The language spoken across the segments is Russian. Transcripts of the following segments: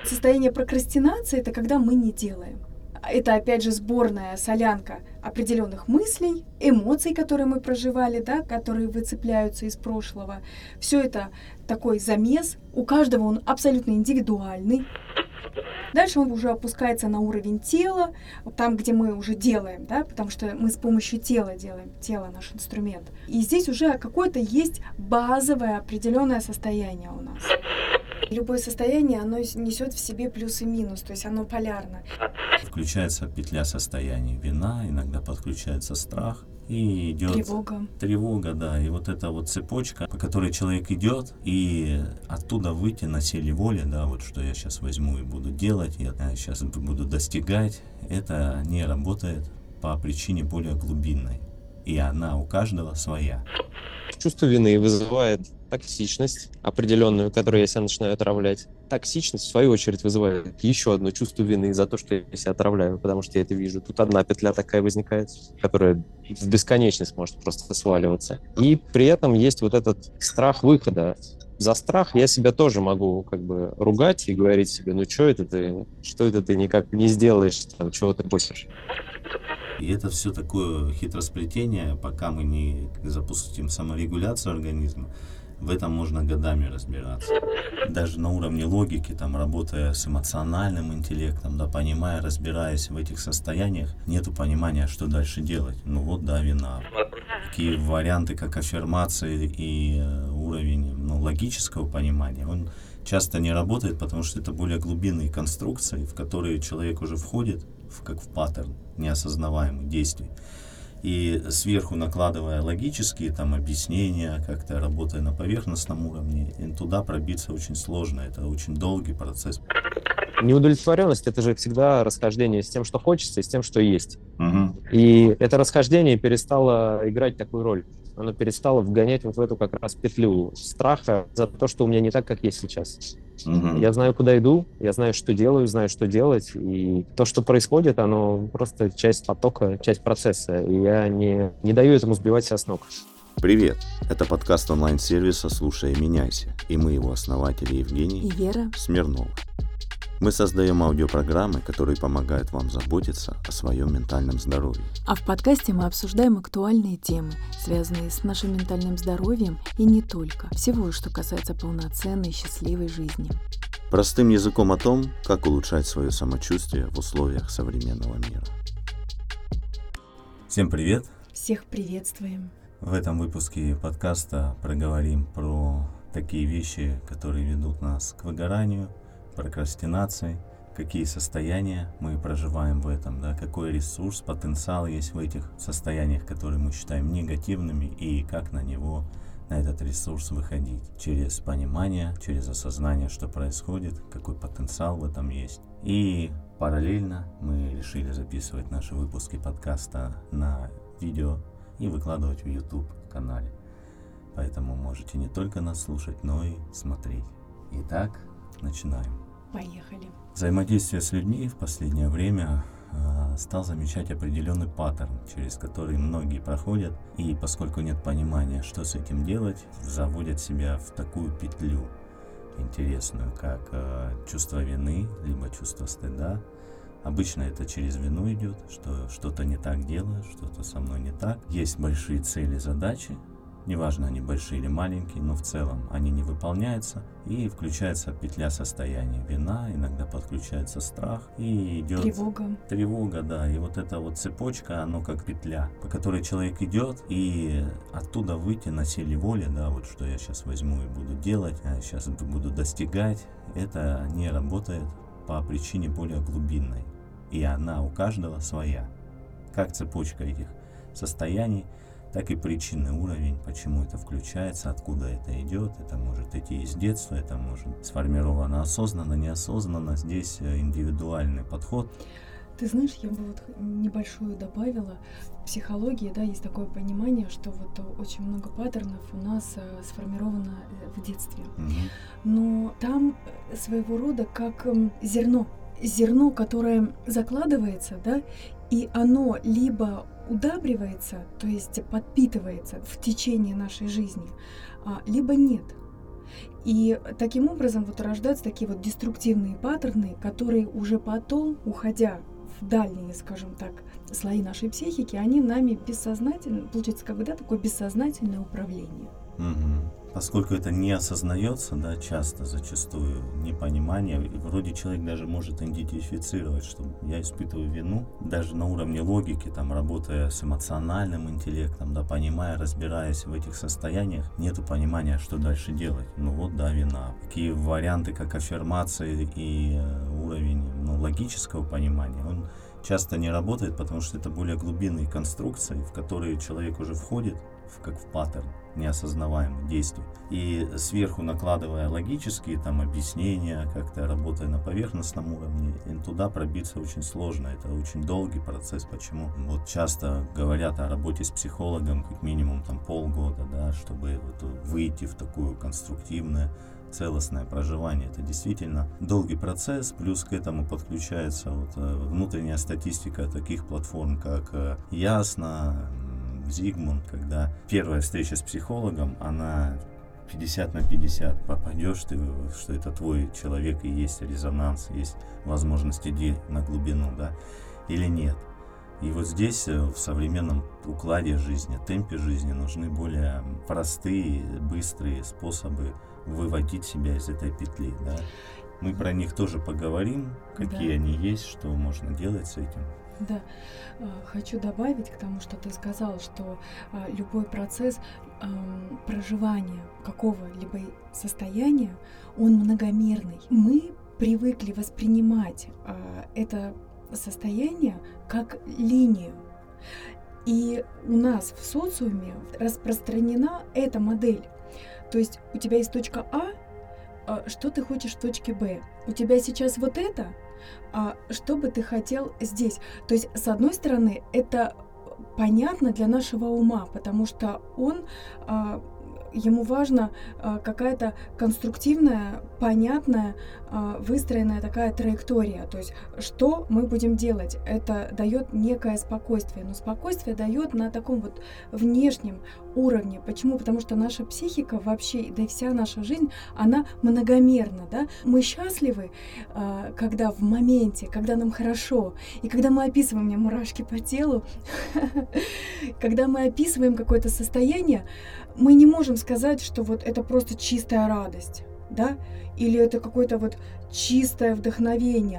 Состояние прокрастинации — это когда мы не делаем. Это, опять же, сборная солянка определенных мыслей, эмоций, которые мы проживали, да, которые выцепляются из прошлого. Все это такой замес. У каждого он абсолютно индивидуальный. Дальше он уже опускается на уровень тела, там, где мы уже делаем, да, потому что мы с помощью тела делаем, тело наш инструмент. И здесь уже какое-то есть базовое определенное состояние у нас. Любое состояние, оно несет в себе плюс и минус, то есть оно полярно. Включается петля состояний: вина, иногда подключается страх, и идет тревога, да, и вот эта вот цепочка, по которой человек идет, и оттуда выйти на силе воли, да, вот что я сейчас возьму и буду делать, я сейчас буду достигать, это не работает по причине более глубинной, и она у каждого своя. Чувство вины вызывает токсичность определенную, которую я себя начинаю отравлять. Токсичность, в свою очередь, вызывает еще одно чувство вины за то, что я себя отравляю, потому что я это вижу. Тут одна петля такая возникает, которая в бесконечность может просто сваливаться. И при этом есть вот этот страх выхода. За страх я себя тоже могу как бы ругать и говорить себе: ну что это ты никак не сделаешь, там, чего ты хочешь. И это все такое хитросплетение, пока мы не запустим саморегуляцию организма, в этом можно годами разбираться. Даже на уровне логики, там, работая с эмоциональным интеллектом, да, понимая, разбираясь в этих состояниях, нету понимания, что дальше делать. Ну вот, да, вина. Такие варианты, как аффирмации и уровень логического понимания, он часто не работает, потому что это более глубинные конструкции, в которые человек уже входит, как в паттерн неосознаваемых действий. И сверху накладывая логические там объяснения, как-то работая на поверхностном уровне, туда пробиться очень сложно. Это очень долгий процесс. Неудовлетворенность — это же всегда расхождение с тем, что хочется, и с тем, что есть. Угу. И это расхождение перестало играть такую роль. Оно перестало вгонять вот в эту как раз петлю страха за то, что у меня не так, как есть сейчас. Угу. Я знаю, куда иду, я знаю, что делаю, знаю, что делать. И то, что происходит, оно просто часть потока, часть процесса. И я не даю этому сбивать себя с ног. Привет! Это подкаст онлайн-сервиса «Слушай и меняйся». И мы его основатели Евгений и Вера Смирнова. Мы создаем аудиопрограммы, которые помогают вам заботиться о своем ментальном здоровье. А в подкасте мы обсуждаем актуальные темы, связанные с нашим ментальным здоровьем и не только. Всего, что касается полноценной, счастливой жизни. Простым языком о том, как улучшать свое самочувствие в условиях современного мира. Всем привет! Всех приветствуем! В этом выпуске подкаста проговорим про такие вещи, которые ведут нас к выгоранию, прокрастинации, какие состояния мы проживаем в этом, да, какой ресурс, потенциал есть в этих состояниях, которые мы считаем негативными, и как на этот ресурс выходить через понимание, через осознание, что происходит, какой потенциал в этом есть. И параллельно мы решили записывать наши выпуски подкаста на видео и выкладывать в YouTube канале. Поэтому можете не только нас слушать, но и смотреть. Итак, начинаем. Поехали. Взаимодействие с людьми в последнее время стал замечать определенный паттерн, через который многие проходят, и поскольку нет понимания, что с этим делать, заводят себя в такую петлю интересную, как чувство вины, либо чувство стыда. Обычно это через вину идет, что что-то не так делаю, что-то со мной не так. Есть большие цели, задачи, неважно, они большие или маленькие, но в целом они не выполняются, и включается петля состояний: вина, иногда подключается страх, и идет тревога, да, и вот эта вот цепочка, оно как петля, по которой человек идет, и оттуда выйти на силе воли, да, вот что я сейчас возьму и буду делать, а сейчас буду достигать, это не работает по причине более глубинной, и она у каждого своя, как цепочка этих состояний, так и причинный уровень, почему это включается, откуда это идет. Это может идти из детства, это может сформировано осознанно, неосознанно. Здесь индивидуальный подход. Ты знаешь, я бы вот небольшую добавила. В психологии, да, есть такое понимание, что вот очень много паттернов у нас сформировано в детстве. Но там своего рода как зерно, которое закладывается, да, и оно либо удабривается, то есть подпитывается в течение нашей жизни, либо нет. И таким образом вот рождаются такие вот деструктивные паттерны, которые уже потом, уходя в дальние, скажем так, слои нашей психики, они нами бессознательно, получается, как бы, да, такое бессознательное управление. Поскольку это не осознается, да, часто, зачастую, непонимание, и вроде человек даже может идентифицировать, что я испытываю вину, даже на уровне логики, там, работая с эмоциональным интеллектом, да, понимая, разбираясь в этих состояниях, нету понимания, что дальше делать. Ну вот, да, вина. Такие варианты, как аффирмации и уровень, логического понимания, он часто не работает, потому что это более глубинные конструкции, в которые человек уже входит, как в паттерн неосознаваемых действий. И сверху накладывая логические там объяснения, как-то работая на поверхностном уровне, туда пробиться очень сложно. Это очень долгий процесс. Почему? Вот часто говорят о работе с психологом как минимум там полгода, да, чтобы вот выйти в такое конструктивное, целостное проживание. Это действительно долгий процесс, плюс к этому подключается вот внутренняя статистика таких платформ, как Ясно, Зигмунд, когда первая встреча с психологом, она 50/50. Попадешь ты, что это твой человек и есть резонанс, есть возможность идти на глубину, да, или нет. И вот здесь в современном укладе жизни, темпе жизни нужны более простые, быстрые способы выводить себя из этой петли, да. Мы про них тоже поговорим, какие они есть, что можно делать с этим. Да, хочу добавить к тому, что ты сказал, что любой процесс проживания какого-либо состояния, он многомерный. Мы привыкли воспринимать это состояние как линию. И у нас в социуме распространена эта модель. То есть у тебя есть точка А, что ты хочешь в точке Б. У тебя сейчас вот это, что бы ты хотел здесь. То есть, с одной стороны, это понятно для нашего ума, потому что ему важна какая-то конструктивная, понятная, выстроенная такая траектория. То есть, что мы будем делать? Это дает некое спокойствие. Но спокойствие дает на таком вот внешнем уровне. Почему? Потому что наша психика вообще, да и вся наша жизнь, она многомерна. Да? Мы счастливы, когда в моменте, когда нам хорошо, и когда мы описываем, у меня мурашки по телу, когда мы описываем какое-то состояние, мы не можем сказать, что вот это просто чистая радость, да, или это какое-то вот чистое вдохновение.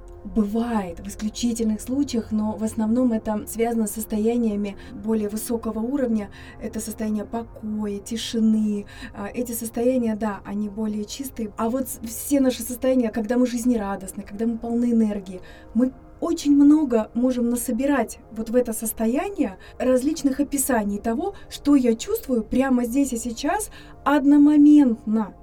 Бывает в исключительных случаях, но в основном это связано с состояниями более высокого уровня. Это состояние покоя, тишины. Эти состояния, да, они более чистые. А вот все наши состояния, когда мы жизнерадостны, когда мы полны энергии, мы очень много можем насобирать вот в это состояние различных описаний того, что я чувствую прямо здесь и сейчас одномоментно.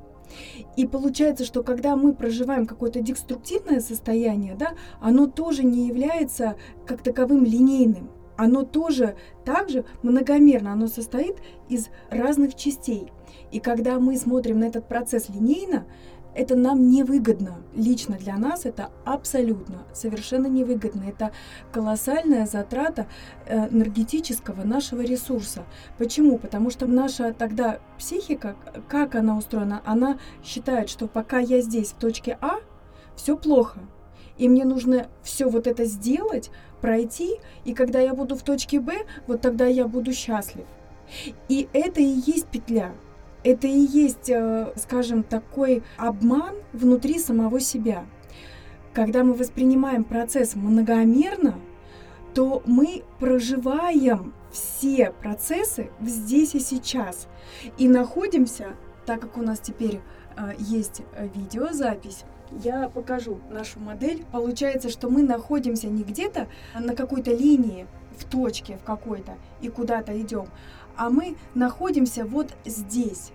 И получается, что когда мы проживаем какое-то деструктивное состояние, да, оно тоже не является как таковым линейным. Оно тоже также многомерно, оно состоит из разных частей. И когда мы смотрим на этот процесс линейно, это нам невыгодно. Лично для нас это абсолютно, совершенно невыгодно. Это колоссальная затрата энергетического нашего ресурса. Почему? Потому что наша тогда психика, как она устроена, она считает, что пока я здесь, в точке А, все плохо. И мне нужно все вот это сделать, пройти, и когда я буду в точке Б, вот тогда я буду счастлив. И это и есть петля. Это и есть, скажем, такой обман внутри самого себя. Когда мы воспринимаем процесс многомерно, то мы проживаем все процессы здесь и сейчас. И находимся, так как у нас теперь есть видеозапись, я покажу нашу модель. Получается, что мы находимся не где-то на какой-то линии, в точке в какой-то, и куда-то идем, а мы находимся вот здесь,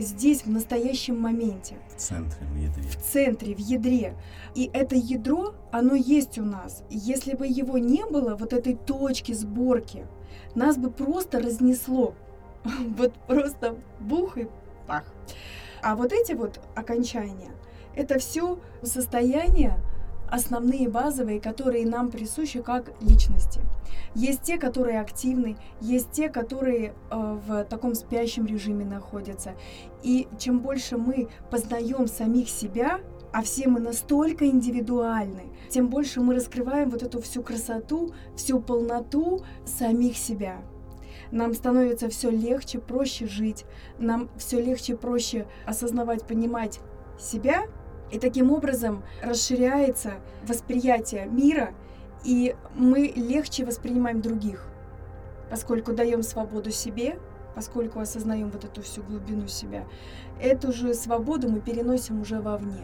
в настоящем моменте. В центре, в ядре. В центре, в ядре. И это ядро, оно есть у нас. Если бы его не было, вот этой точки сборки, нас бы просто разнесло. Вот просто бух и пах. А вот эти вот окончания, это все состояние основные базовые, которые нам присущи как личности. Есть те, которые активны, есть те, которые в таком спящем режиме находятся. И чем больше мы познаем самих себя, а все мы настолько индивидуальны, тем больше мы раскрываем вот эту всю красоту, всю полноту самих себя. Нам становится все легче, проще жить, нам все легче, проще осознавать, понимать себя, и таким образом расширяется восприятие мира, и мы легче воспринимаем других, поскольку даем свободу себе, поскольку осознаем вот эту всю глубину себя. Эту же свободу мы переносим уже вовне.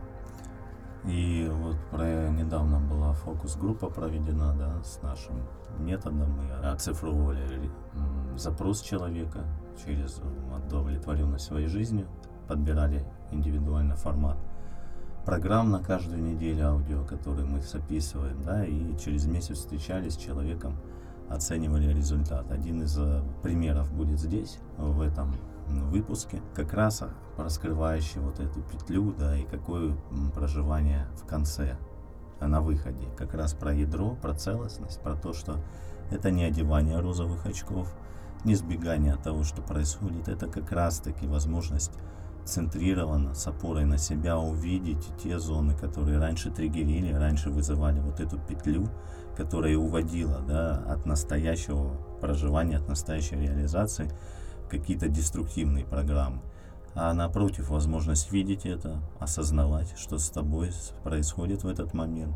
И вот недавно была фокус-группа проведена, да, с нашим методом. Мы оцифровывали запрос человека через удовлетворенность своей жизнью, подбирали индивидуальный формат программ на каждую неделю аудио, которые мы записываем, да, и через месяц встречались с человеком, оценивали результат. Один из примеров будет здесь, в этом выпуске, как раз раскрывающий вот эту петлю, да, и какое проживание в конце, на выходе. Как раз про ядро, про целостность, про то, что это не одевание розовых очков, не сбегание от того, что происходит, это как раз-таки возможность центрированно, с опорой на себя увидеть те зоны, которые раньше триггерили, раньше вызывали вот эту петлю, которая уводила, да, от настоящего проживания, от настоящей реализации какие-то деструктивные программы. А напротив, возможность видеть это, осознавать, что с тобой происходит в этот момент,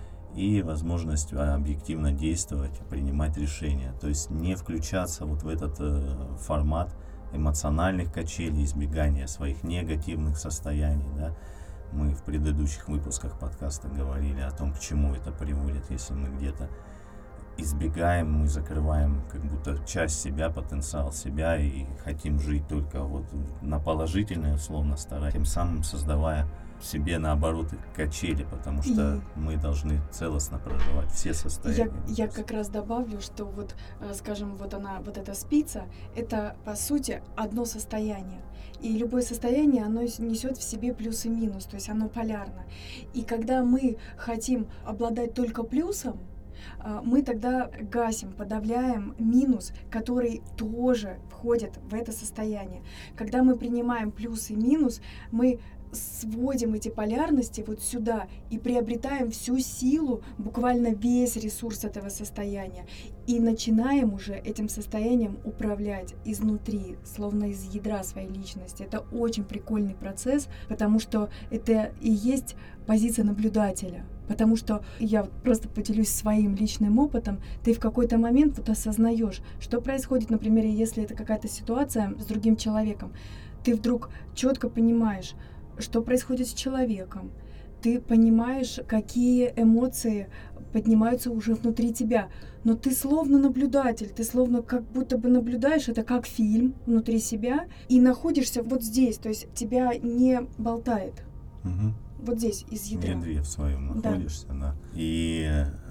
и возможность объективно действовать, принимать решения. То есть не включаться вот в этот формат эмоциональных качелей, избегания своих негативных состояний. Да. Мы в предыдущих выпусках подкаста говорили о том, к чему это приводит, если мы где-то избегаем, мы закрываем как будто часть себя, потенциал себя, и хотим жить только вот на положительное, условно стараясь, тем самым создавая себе наоборот качели, потому что мы должны целостно проживать все состояния. Я как раз добавлю, что вот, скажем, вот эта спица, это по сути одно состояние. И любое состояние, оно несет в себе плюс и минус, то есть оно полярно. И когда мы хотим обладать только плюсом, мы тогда гасим, подавляем минус, который тоже входит в это состояние. Когда мы принимаем плюс и минус, мы сводим эти полярности вот сюда и приобретаем всю силу, буквально весь ресурс этого состояния. И начинаем уже этим состоянием управлять изнутри, словно из ядра своей личности. Это очень прикольный процесс, потому что это и есть позиция наблюдателя. Потому что я просто поделюсь своим личным опытом, ты в какой-то момент вот осознаешь, что происходит, например, если это какая-то ситуация с другим человеком. Ты вдруг четко понимаешь, что происходит с человеком. Ты понимаешь, какие эмоции поднимаются уже внутри тебя. Но ты словно наблюдатель, ты словно как будто бы наблюдаешь это как фильм внутри себя и находишься вот здесь, то есть тебя не болтает. Вот здесь, из ядра. В ядре в своем находишься, да. И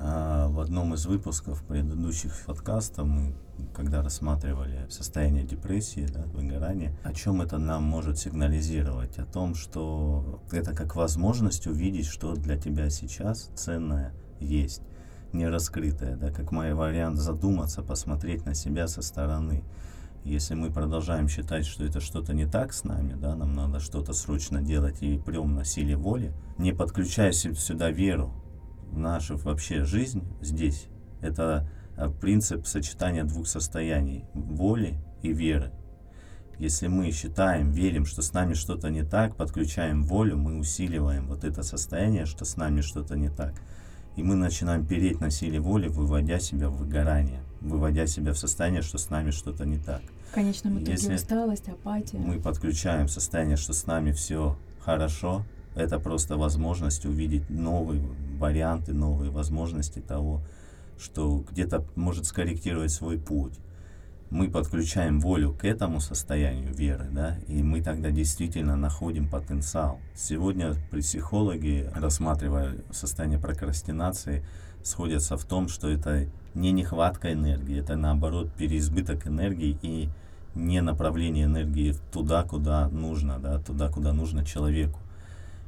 в одном из выпусков предыдущих подкастов мы, когда рассматривали состояние депрессии, да, выгорания, о чем это нам может сигнализировать? О том, что это как возможность увидеть, что для тебя сейчас ценное есть, не раскрытое, да, как мой вариант задуматься, посмотреть на себя со стороны. Если мы продолжаем считать, что это что-то не так с нами, да, нам надо что-то срочно делать и прям на силе воли, не подключая сюда веру в нашу вообще жизнь здесь, это принцип сочетания двух состояний – воли и веры. Если мы считаем, верим, что с нами что-то не так, подключаем волю, мы усиливаем вот это состояние, что с нами что-то не так. И мы начинаем переть на силе воли, выводя себя в выгорание, выводя себя в состояние, что с нами что-то не так. В конечном итоге усталость, апатия. Мы подключаем состояние, что с нами все хорошо, это просто возможность увидеть новые варианты, новые возможности того, что где-то может скорректировать свой путь. Мы подключаем волю к этому состоянию веры, да, и мы тогда действительно находим потенциал. Сегодня психологи, рассматривая состояние прокрастинации, сходятся в том, что это не нехватка энергии, это наоборот переизбыток энергии и не направление энергии туда, куда нужно, да, туда, куда нужно человеку.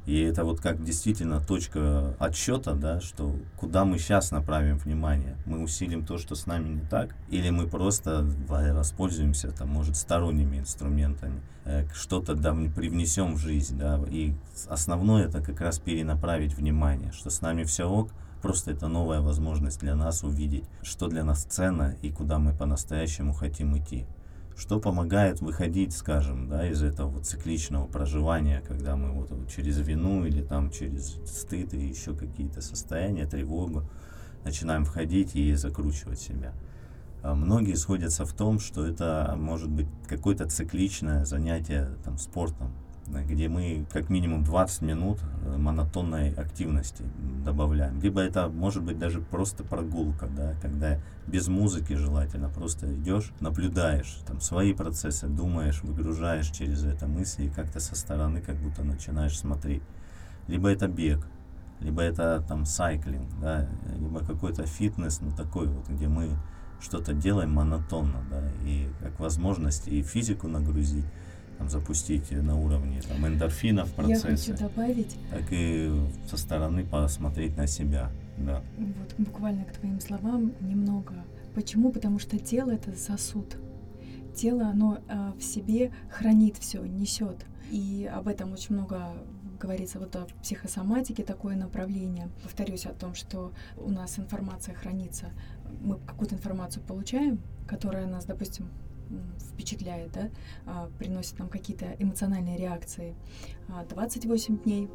И это вот как действительно точка отсчета, да, что куда мы сейчас направим внимание. Мы усилим то, что с нами не так, или мы просто воспользуемся, там, может, сторонними инструментами, что-то привнесем в жизнь, да, и основное это как раз перенаправить внимание, что с нами все ок, просто это новая возможность для нас увидеть, что для нас ценно и куда мы по-настоящему хотим идти. Что помогает выходить, скажем, да, из этого вот цикличного проживания, когда мы вот через вину или там через стыд и еще какие-то состояния, тревогу начинаем входить и закручивать себя. Многие сходятся в том, что это может быть какое-то цикличное занятие там, спортом, где мы как минимум 20 минут монотонной активности добавляем. Либо это может быть даже просто прогулка, да, когда без музыки желательно просто идешь, наблюдаешь там свои процессы, думаешь, выгружаешь через это мысли и как-то со стороны как будто начинаешь смотреть. Либо это бег, либо это там сайклинг, да, либо какой-то фитнес, ну такой вот, где мы что-то делаем монотонно, да, и как возможность и физику нагрузить, там, запустить на уровне там, эндорфинов процессы, Я хочу добавить, так и со стороны посмотреть на себя. Да. вот буквально к твоим словам немного. Почему? Потому что тело — это сосуд. Тело, оно в себе хранит все, несет. И об этом очень много говорится вот о психосоматике, такое направление. Повторюсь о том, что у нас информация хранится. Мы какую-то информацию получаем, которая нас, допустим, впечатляет, да, приносит нам какие-то эмоциональные реакции. 28 дней,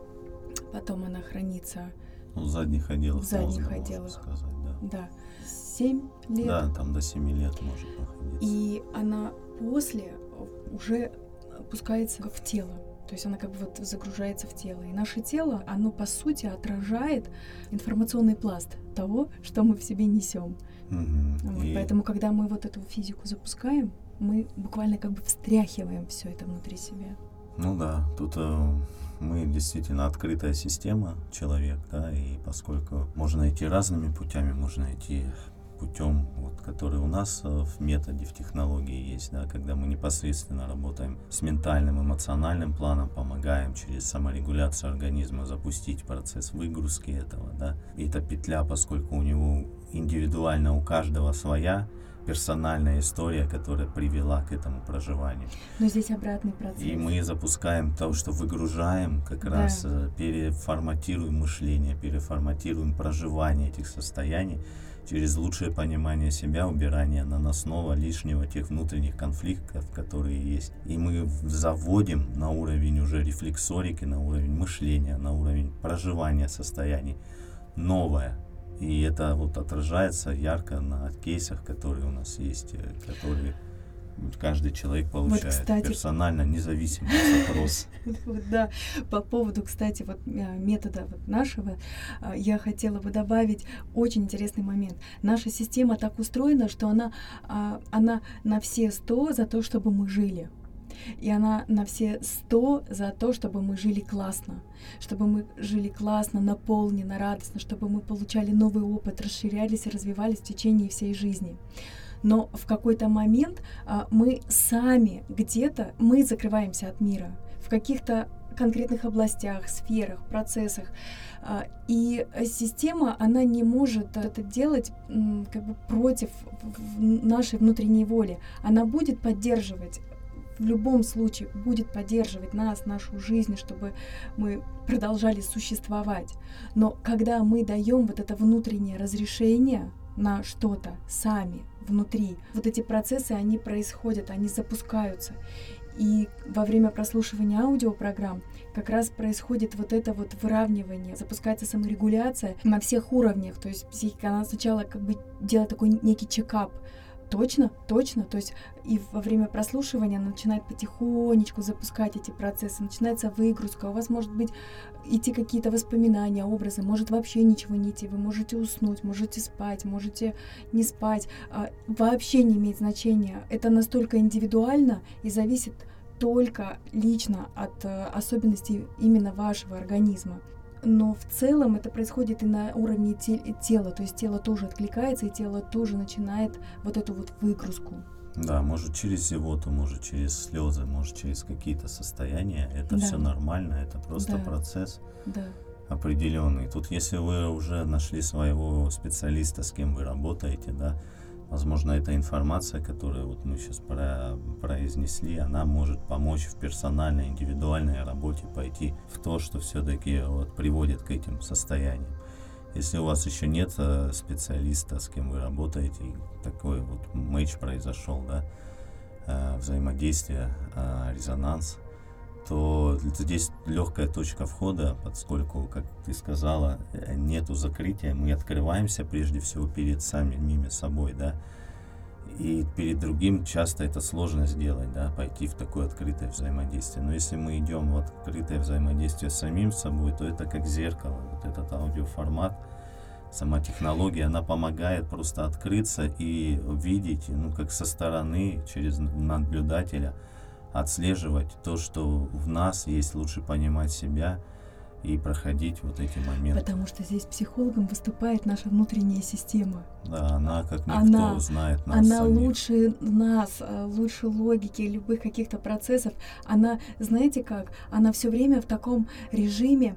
потом она хранится Ну, в задних отделах в задних мозга, отделах. можно сказать, да. Да, 7 лет. Да, там до 7 лет может находиться. И она после уже опускается в тело. То есть она как бы вот загружается в тело. И наше тело, оно по сути отражает информационный пласт того, что мы в себе несем. Вот, И поэтому, когда мы вот эту физику запускаем, мы буквально как бы встряхиваем все это внутри себя. Ну да, тут мы действительно открытая система, человек, да, и поскольку можно идти разными путями, можно идти путем, вот, который у нас в методе, в технологии есть, да, когда мы непосредственно работаем с ментальным, эмоциональным планом, помогаем через саморегуляцию организма запустить процесс выгрузки этого, да, и эта петля, поскольку у него индивидуально у каждого своя персональная история, которая привела к этому проживанию. Но здесь обратный процесс. И мы запускаем то, что выгружаем, как Да. раз переформатируем мышление, переформатируем проживание этих состояний через лучшее понимание себя, убирание наносного, лишнего, тех внутренних конфликтов, которые есть. И мы заводим на уровень уже рефлексорики, на уровень мышления, на уровень проживания состояний новое. И это вот отражается ярко на кейсах, которые у нас есть, которые каждый человек получает кстати, персонально, независимо от запроса. Вот, да, по поводу, кстати, вот метода вот нашего, я хотела бы добавить очень интересный момент. Наша система так устроена, что она на все 100 за то, чтобы мы жили. И она на все 100 за то, чтобы мы жили классно. Чтобы мы жили классно, наполненно, радостно, чтобы мы получали новый опыт, расширялись и развивались в течение всей жизни. Но в какой-то момент мы сами где-то, мы закрываемся от мира в каких-то конкретных областях, сферах, процессах. И система, она не может это делать как бы против нашей внутренней воли. Она будет поддерживать, в любом случае будет поддерживать нас, нашу жизнь, чтобы мы продолжали существовать. Но когда мы даем вот это внутреннее разрешение на что-то сами, внутри, вот эти процессы, они происходят, они запускаются. И во время прослушивания аудиопрограмм как раз происходит вот это вот выравнивание, запускается саморегуляция на всех уровнях. То есть психика, она сначала как бы делает такой некий чекап. Точно, то есть и во время прослушивания она начинает потихонечку запускать эти процессы, начинается выгрузка, у вас может быть идти какие-то воспоминания, образы, может вообще ничего не идти, вы можете уснуть, можете спать, можете не спать, вообще не имеет значения, это настолько индивидуально и зависит только лично от особенностей именно вашего организма. Но в целом это происходит и на уровне тела, то есть тело тоже откликается, и тело тоже начинает вот эту вот выгрузку. Да, может через зевоту, может через слезы, может через какие-то состояния. Это Да. все нормально, это просто Да. процесс Да. определенный. Тут, если вы уже нашли своего специалиста, с кем вы работаете, да, возможно, эта информация, которую вот мы сейчас произнесли, она может помочь в персональной, индивидуальной работе пойти в то, что все-таки вот приводит к этим состояниям. Если у вас еще нет специалиста, с кем вы работаете, и такой вот матч произошел, да, взаимодействие, резонанс, то здесь легкая точка входа, поскольку, как ты сказала, нету закрытия, мы открываемся прежде всего перед самими собой, да, и перед другим часто это сложно сделать, да, пойти в такое открытое взаимодействие. Но если мы идем в открытое взаимодействие с самим собой, то это как зеркало, вот этот аудиоформат, сама технология, она помогает просто открыться и видеть, ну, как со стороны, через наблюдателя, отслеживать то, что в нас есть, лучше понимать себя и проходить вот эти моменты. Потому что здесь психологом выступает наша внутренняя система. Да, она как никто Она- знает нас Она самих. лучше нас, лучше логики, любых каких-то процессов. Она, знаете как, она все время в таком режиме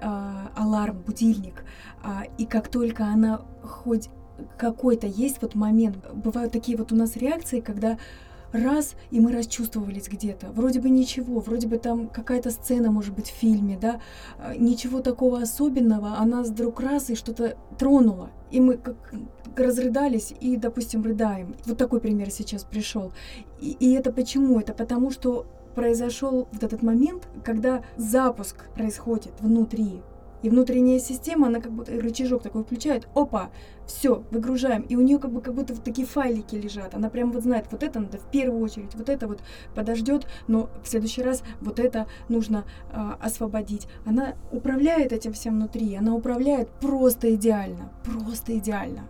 аларм, будильник. И как только она хоть какой-то есть вот момент, бывают такие вот у нас реакции, когда раз, и мы расчувствовались где-то. Вроде бы ничего, вроде бы там какая-то сцена, может быть, в фильме, да, ничего такого особенного, а нас вдруг раз и что-то тронуло. И мы как разрыдались и, допустим, рыдаем. Вот такой пример сейчас пришел. И это почему? Это потому, что произошел вот этот момент, когда запуск происходит внутри. И внутренняя система, она как будто рычажок такой включает, опа, все, выгружаем. И у нее как будто вот такие файлики лежат. Она прям вот знает, вот это надо в первую очередь, вот это вот подождет, но в следующий раз вот это нужно освободить. Она управляет этим всем внутри, она управляет просто идеально, просто идеально.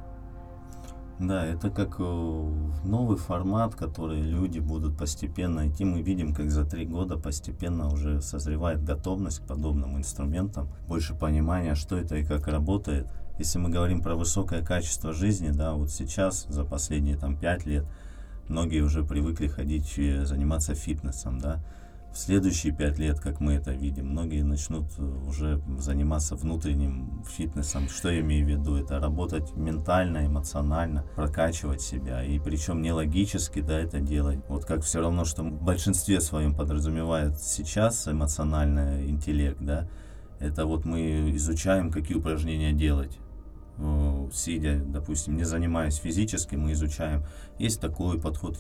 Да, это как новый формат, который люди будут постепенно идти. Мы видим, как за 3 года постепенно уже созревает готовность к подобным инструментам, больше понимания, что это и как работает. Если мы говорим про высокое качество жизни, да, вот сейчас, за последние 5 лет, многие уже привыкли ходить, заниматься фитнесом, да. В следующие 5 лет, как мы это видим, многие начнут уже заниматься внутренним фитнесом. Что я имею в виду? Это работать ментально, эмоционально, прокачивать себя. И причем не логически, да, это делать. Вот как все равно, что в большинстве своем подразумевает сейчас эмоциональный интеллект, да, это вот мы изучаем, какие упражнения делать. Сидя, допустим, не занимаясь физически, мы изучаем, есть такой подход,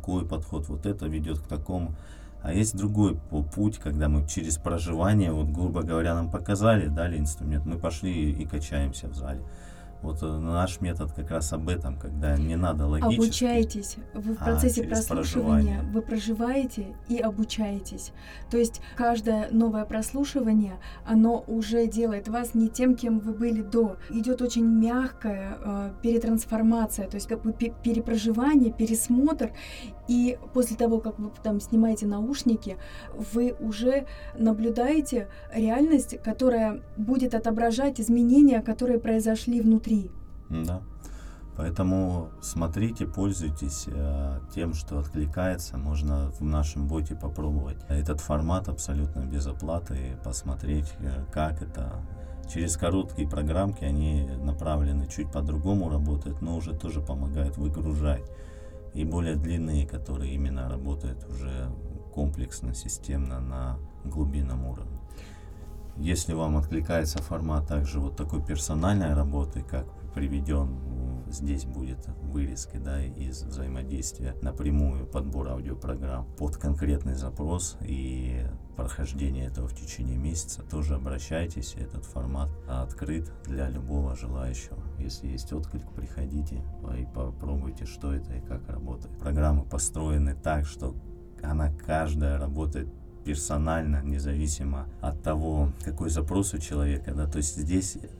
вот это ведет к такому. А есть другой путь, когда мы через проживание, вот, грубо говоря, нам показали, дали инструмент, мы пошли и качаемся в зале. Вот наш метод как раз об этом, когда не надо логически. Обучаетесь. Вы в процессе через прослушивания, проживание. вы проживаете и обучаетесь. То есть каждое новое прослушивание, оно уже делает вас не тем, кем вы были до. Идет очень мягкая перетрансформация, то есть как бы перепроживание, пересмотр. И после того, как вы там снимаете наушники, вы уже наблюдаете реальность, которая будет отображать изменения, которые произошли внутри. Да. Поэтому смотрите, пользуйтесь тем, что откликается. Можно в нашем боте попробовать этот формат абсолютно без оплаты, посмотреть, как это. Через короткие программки они направлены чуть по-другому работают, но уже тоже помогают выгружать. И более длинные, которые именно работают уже комплексно, системно, на глубинном уровне. Если вам откликается формат также вот такой персональной работы, как приведен, здесь будет вырезки, да, из взаимодействия напрямую, подбор аудиопрограмм под конкретный запрос и прохождение этого в течение месяца, тоже обращайтесь, этот формат открыт для любого желающего. Если есть отклик, приходите и попробуйте, что это и как работает. Программы построены так, что она каждая работает персонально, независимо от того, какой запрос у человека, да, то есть здесь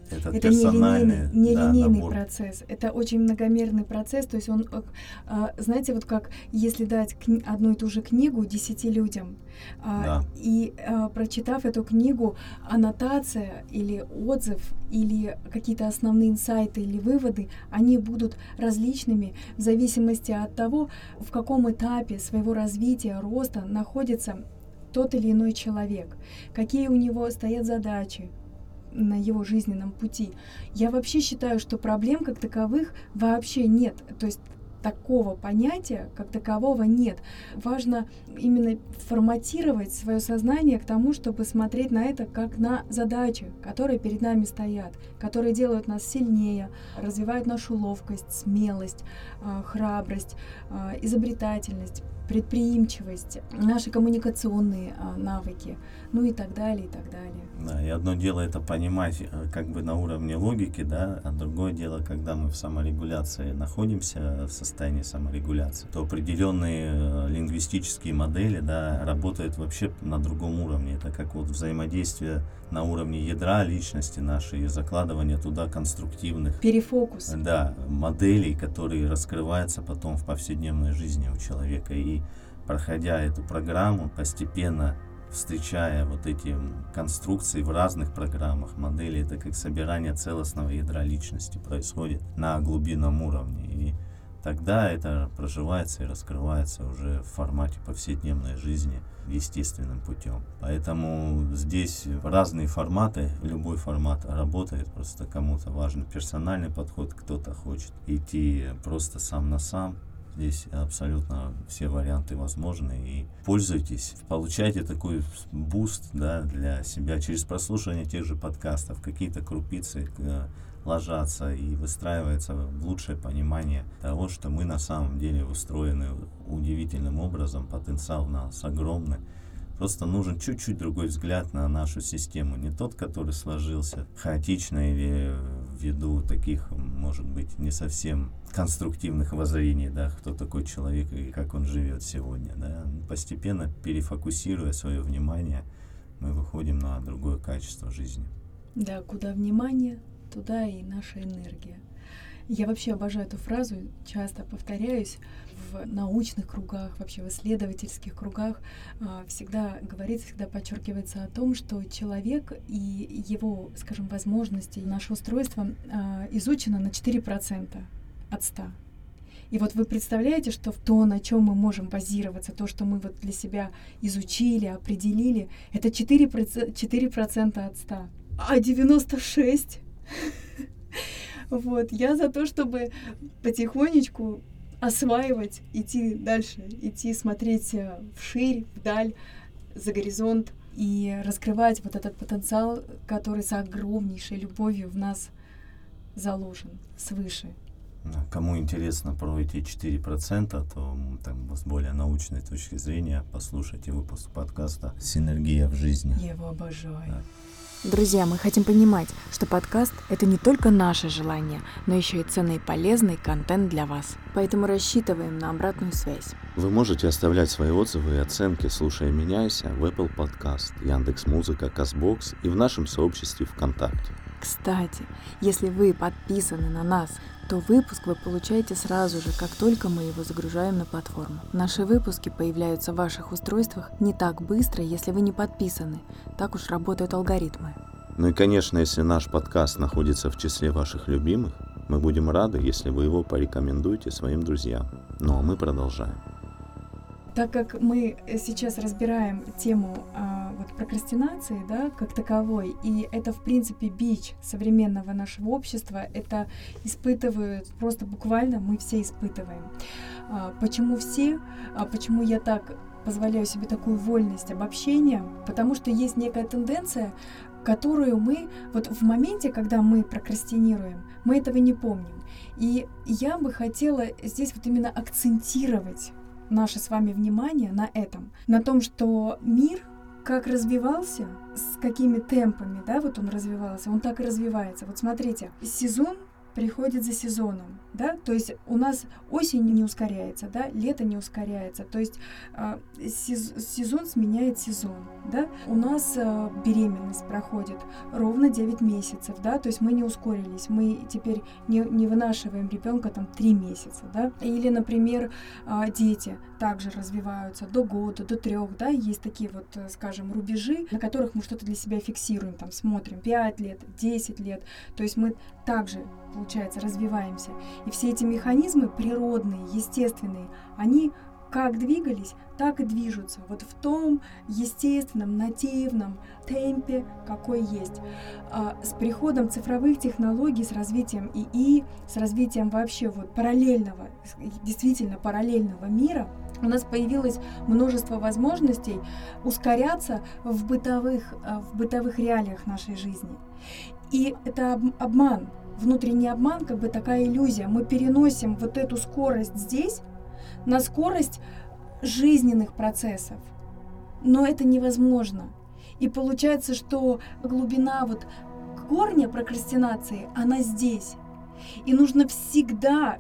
Этот Это персональный нелинейный набор. процесс, это очень многомерный процесс, то есть он, знаете, вот как если дать одну и ту же книгу 10 людям, Да. и прочитав эту книгу, аннотация или отзыв, или какие-то основные инсайты или выводы, они будут различными в зависимости от того, в каком этапе своего развития, роста находится тот или иной человек, какие у него стоят задачи на его жизненном пути. Я вообще считаю, что проблем как таковых вообще нет. То есть такого понятия как такового нет. Важно именно форматировать свое сознание к тому, чтобы смотреть на это как на задачи, которые перед нами стоят, которые делают нас сильнее, развивают нашу ловкость, смелость, храбрость, изобретательность, предприимчивость, наши коммуникационные навыки, ну и так далее, и так далее. Да, и одно дело это понимать как бы на уровне логики, да, а другое дело, когда мы в саморегуляции находимся, в состоянии саморегуляции, то определенные лингвистические модели, да, работают вообще на другом уровне. Это как вот взаимодействие на уровне ядра личности нашей и закладывание туда конструктивных Перефокус. да, моделей, которые раскрываются потом в повседневной жизни у человека. И проходя эту программу, постепенно встречая вот эти конструкции в разных программах, модели, это как собирание целостного ядра личности происходит на глубинном уровне. И тогда это проживается и раскрывается уже в формате повседневной жизни естественным путем. Поэтому здесь разные форматы, любой формат работает, просто кому-то важен персональный подход, кто-то хочет идти просто сам на сам. Здесь абсолютно все варианты возможны, и пользуйтесь, получайте такой буст, да, для себя через прослушивание тех же подкастов, какие-то крупицы ложатся и выстраивается лучшее понимание того, что мы на самом деле устроены удивительным образом, потенциал у нас огромный. Просто нужен чуть-чуть другой взгляд на нашу систему. Не тот, который сложился хаотично или ввиду таких, может быть, не совсем конструктивных воззрений, да, кто такой человек и как он живет сегодня. Да. Постепенно перефокусируя свое внимание, мы выходим на другое качество жизни. Да, куда внимание, туда и наша энергия. Я вообще обожаю эту фразу, часто повторяюсь в научных кругах, вообще в исследовательских кругах. Всегда говорится, всегда подчеркивается о том, что человек и его, скажем, возможности, наше устройство изучено на 4% от 100. И вот вы представляете, что то, на чем мы можем базироваться, то, что мы вот для себя изучили, определили, это 4% от 100. А 96%? Вот, я за то, чтобы потихонечку осваивать, идти дальше, идти смотреть вширь, вдаль, за горизонт и раскрывать вот этот потенциал, который с огромнейшей любовью в нас заложен свыше. Кому интересно про эти 4%, то там, с более научной точки зрения послушайте выпуск подкаста «Синергия в жизни». Я его обожаю. Да. Друзья, мы хотим понимать, что подкаст — это не только наше желание, но еще и ценный и полезный контент для вас. Поэтому рассчитываем на обратную связь. Вы можете оставлять свои отзывы и оценки, слушая «Меняйся» в Apple Podcast, Яндекс.Музыка, Castbox и в нашем сообществе ВКонтакте. Кстати, если вы подписаны на нас, то выпуск вы получаете сразу же, как только мы его загружаем на платформу. Наши выпуски появляются в ваших устройствах не так быстро, если вы не подписаны. Так уж работают алгоритмы. Ну и, конечно, если наш подкаст находится в числе ваших любимых, мы будем рады, если вы его порекомендуете своим друзьям. Ну а мы продолжаем. Так как мы сейчас разбираем тему вот, прокрастинации, да, как таковой, и это, в принципе, бич современного нашего общества, это испытывают просто буквально, мы все испытываем. Почему все? Почему я так позволяю себе такую вольность обобщения? Потому что есть некая тенденция, которую мы вот в моменте, когда мы прокрастинируем, мы этого не помним. И я бы хотела здесь вот именно акцентировать наше с вами внимание на этом, на том, что мир как развивался, с какими темпами, да, вот он развивался, он так и развивается. Вот смотрите, сезон приходит за сезоном, да, то есть у нас осень не ускоряется, да, лето не ускоряется, то есть сезон сменяет сезон, да, у нас беременность проходит ровно 9 месяцев, да, то есть мы не ускорились, мы теперь не вынашиваем ребенка там 3 месяца, да, или, например, дети также развиваются до года, до 3, да, есть такие вот, скажем, рубежи, на которых мы что-то для себя фиксируем, там смотрим 5 лет, 10 лет, то есть мы также, получается, развиваемся. И все эти механизмы природные, естественные, они как двигались, так и движутся. Вот в том естественном, нативном темпе, какой есть. С приходом цифровых технологий, с развитием ИИ, с развитием вообще вот параллельного, действительно параллельного мира, у нас появилось множество возможностей ускоряться в бытовых реалиях нашей жизни. И это обман, внутренний обман, как бы такая иллюзия. Мы переносим вот эту скорость здесь на скорость жизненных процессов. Но это невозможно. И получается, что глубина вот корня прокрастинации, она здесь. И нужно всегда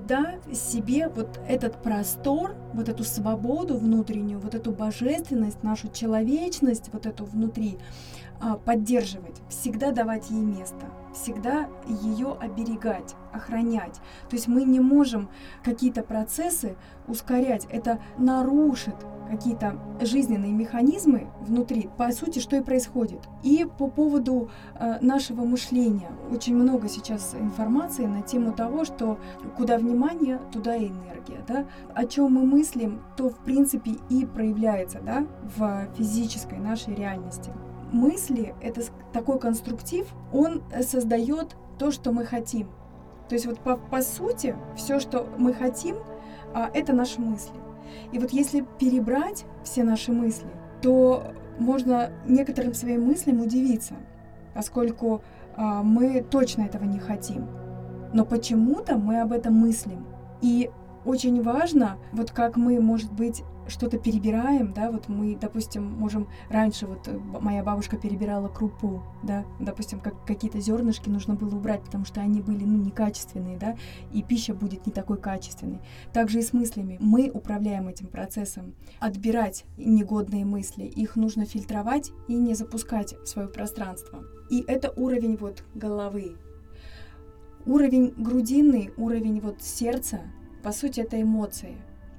себе вот этот простор, вот эту свободу внутреннюю, вот эту божественность, нашу человечность, вот эту внутри поддерживать, всегда давать ей место, всегда ее оберегать, охранять. То есть мы не можем какие-то процессы ускорять, это нарушит какие-то жизненные механизмы внутри, по сути, что и происходит. И по поводу нашего мышления. Очень много сейчас информации на тему того, что куда внимание, туда и энергия. Да? О чем мы мыслим, то в принципе и проявляется, да, в физической нашей реальности. Мысли — это такой конструктив, он создает то, что мы хотим. То есть вот по сути все, что мы хотим, это наши мысли. И вот если перебрать все наши мысли, то можно некоторым своим мыслям удивиться, поскольку мы точно этого не хотим. Но почему-то мы об этом мыслим. И очень важно, вот как мы, может быть, что-то перебираем, да, вот мы, допустим, можем раньше, вот моя бабушка перебирала крупу, да, допустим, какие-то зернышки нужно было убрать, потому что они были, некачественные, да, и пища будет не такой качественной. Также и с мыслями. Мы управляем этим процессом. Отбирать негодные мысли, их нужно фильтровать и не запускать в свое пространство. И это уровень вот головы. Уровень грудины, уровень вот сердца, по сути, это эмоции.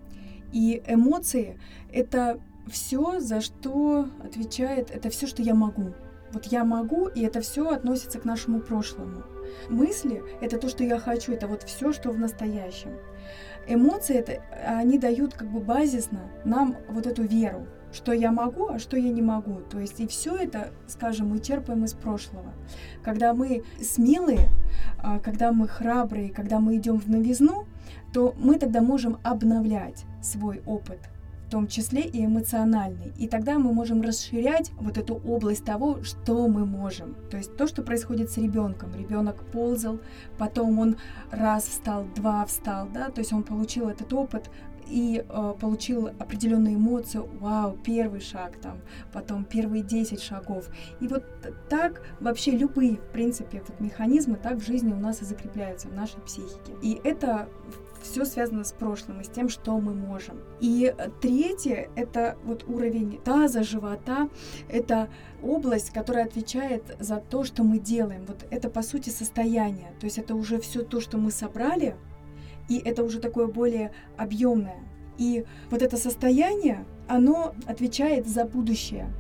И эмоции — это все, за что отвечает, это все, что я могу. Вот я могу, и это все относится к нашему прошлому. Мысли — это то, что я хочу, это вот все, что в настоящем. Эмоции — это они дают как бы базисно нам вот эту веру, что я могу, а что я не могу. То есть и все это, скажем, мы черпаем из прошлого. Когда мы смелые, когда мы храбрые, когда мы идем в новизну, то мы тогда можем обновлять свой опыт, в том числе и эмоциональный. И тогда мы можем расширять вот эту область того, что мы можем. То есть то, что происходит с ребенком. Ребенок ползал, потом он раз встал, два встал, да, то есть он получил этот опыт и получил определенные эмоции. Вау, первый шаг там, потом первые 10 шагов. И вот так вообще любые, в принципе, вот механизмы так в жизни у нас и закрепляются в нашей психике. И это все связано с прошлым и с тем, что мы можем. И третье — это вот уровень таза, живота. Это область, которая отвечает за то, что мы делаем. Вот это, по сути, состояние. То есть это уже все то, что мы собрали, и это уже такое более объемное. И вот это состояние, оно отвечает за будущее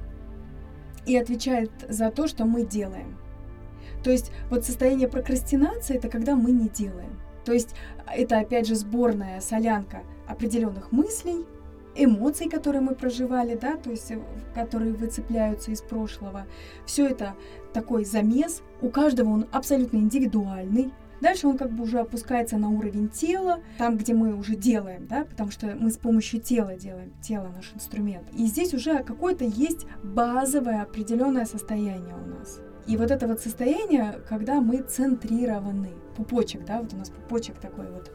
и отвечает за то, что мы делаем. То есть вот состояние прокрастинации — это когда мы не делаем. То есть это, опять же, сборная солянка определенных мыслей, эмоций, которые мы проживали, да, то есть которые выцепляются из прошлого. Все это такой замес. У каждого он абсолютно индивидуальный. Дальше он как бы уже опускается на уровень тела, там, где мы уже делаем, да, потому что мы с помощью тела делаем, тело наш инструмент. И здесь уже какое-то есть базовое определенное состояние у нас. И вот это вот состояние, когда мы центрированы. Пупочек, да, вот у нас пупочек такой вот.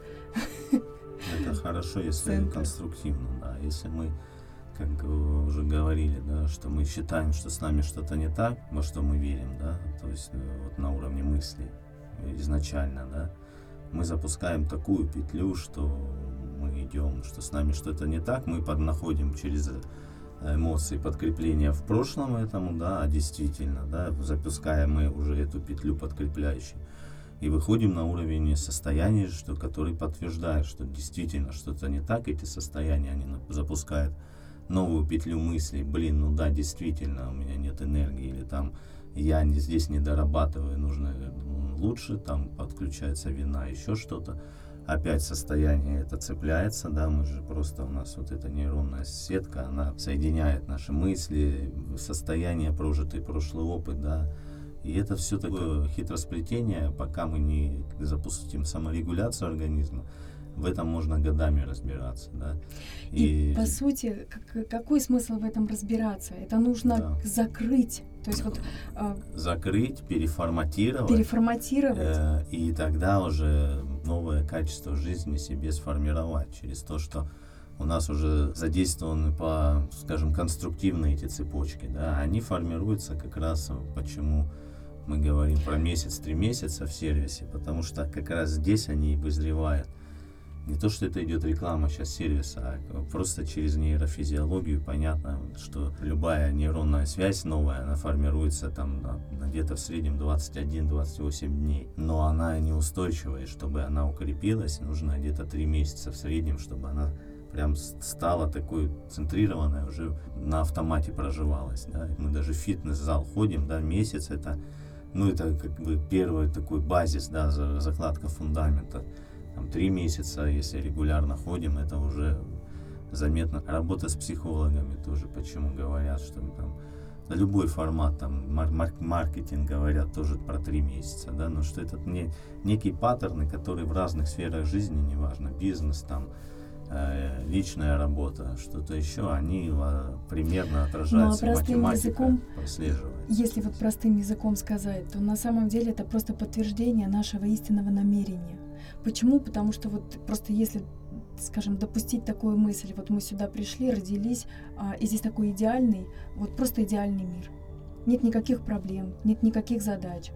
Это хорошо, если конструктивно, да. Если мы, как уже говорили, да, что мы считаем, что с нами что-то не так, во что мы верим, да, то есть вот на уровне мыслей. изначально, да, мы запускаем такую петлю, что мы идем, что с нами что-то не так, мы находим через эмоции подкрепления в прошлом этому, да, а действительно, да, запускаем мы уже эту петлю подкрепляющую. И выходим на уровень состояния, который подтверждает, что действительно что-то не так, эти состояния, они запускают новую петлю мыслей, ну да, действительно, у меня нет энергии, или там я здесь не дорабатываю, нужно лучше, там подключается вина, еще что-то. Опять состояние это цепляется, да, мы же просто, у нас вот эта нейронная сетка, она соединяет наши мысли, состояние, прожитый прошлый опыт, да. И это все такое хитросплетение, пока мы не запустим саморегуляцию организма, в этом можно годами разбираться, да. И по сути, какой смысл в этом разбираться? Это нужно закрыть, то есть вот закрыть, переформатировать, и тогда уже новое качество жизни себе сформировать через то, что у нас уже задействованы скажем, конструктивные эти цепочки, да, они формируются как раз, почему мы говорим про месяц, 3 месяца в сервисе, потому что как раз здесь они и вызревают. Не то, что это идет реклама сейчас сервиса, а просто через нейрофизиологию понятно, что любая нейронная связь новая, она формируется там где-то в среднем 21-28 дней. Но она неустойчивая, и чтобы она укрепилась, нужно где-то 3 месяца в среднем, чтобы она прям стала такой центрированной, уже на автомате проживалась. Да? Мы даже в фитнес-зал ходим, да, месяц это, это как бы первый такой базис, да, закладка фундамента. 3 месяца, если регулярно ходим, это уже заметно. Работа с психологами тоже, почему говорят, что там любой формат, там маркетинг говорят тоже про 3 месяца, да, но что это некие паттерны, которые в разных сферах жизни, неважно, бизнес, там, личная работа, что-то еще, они примерно отражаются, математика прослеживается. Если вот простым языком сказать, то на самом деле это просто подтверждение нашего истинного намерения. Почему? Потому что вот просто если, скажем, допустить такую мысль, вот мы сюда пришли, родились, и здесь такой идеальный, вот просто идеальный мир. Нет никаких проблем, нет никаких задач.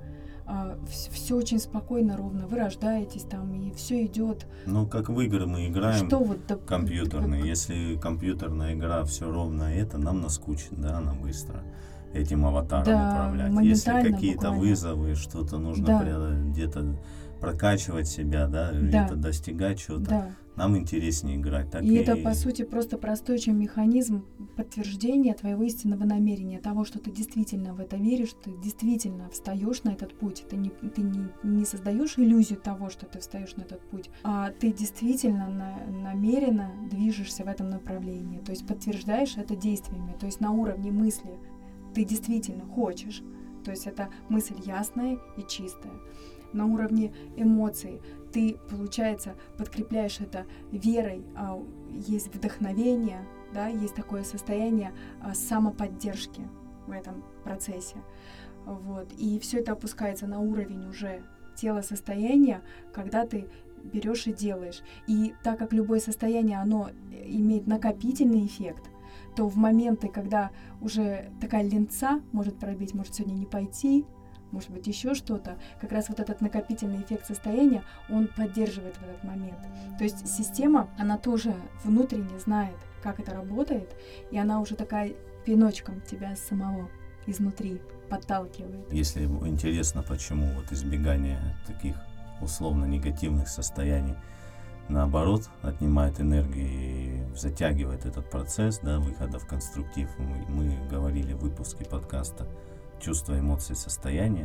Все очень спокойно, ровно. Вы рождаетесь там, и все идет. Ну, как в игры мы играем компьютерные. Если компьютерная игра все ровно, это нам наскучит, да, она быстро этим аватаром управлять. Если какие-то вызовы, что-то нужно где-то прокачивать себя, да, где-то достигать чего-то, нам интереснее играть. Так и это, по сути, просто простой, чем механизм подтверждения твоего истинного намерения, того, что ты действительно в это веришь, ты действительно встаешь на этот путь. Ты не создаешь иллюзию того, что ты встаешь на этот путь, а ты действительно намеренно движешься в этом направлении. То есть подтверждаешь это действиями, то есть на уровне мысли ты действительно хочешь. То есть это мысль ясная и чистая. На уровне эмоций ты, получается, подкрепляешь это верой, есть вдохновение, да, есть такое состояние самоподдержки в этом процессе. Вот. И все это опускается на уровень уже тела состояния, когда ты берешь и делаешь. И так как любое состояние, оно имеет накопительный эффект, то в моменты, когда уже такая ленца может пробить, может сегодня не пойти, может быть, еще что-то, как раз вот этот накопительный эффект состояния, он поддерживает в этот момент. То есть система, она тоже внутренне знает, как это работает, и она уже такая пиночком тебя самого изнутри подталкивает. Если интересно, почему вот избегание таких условно негативных состояний, наоборот, отнимает энергию и затягивает этот процесс, да, выхода в конструктив. Мы говорили в выпуске подкаста «Чувства, эмоции, состояния».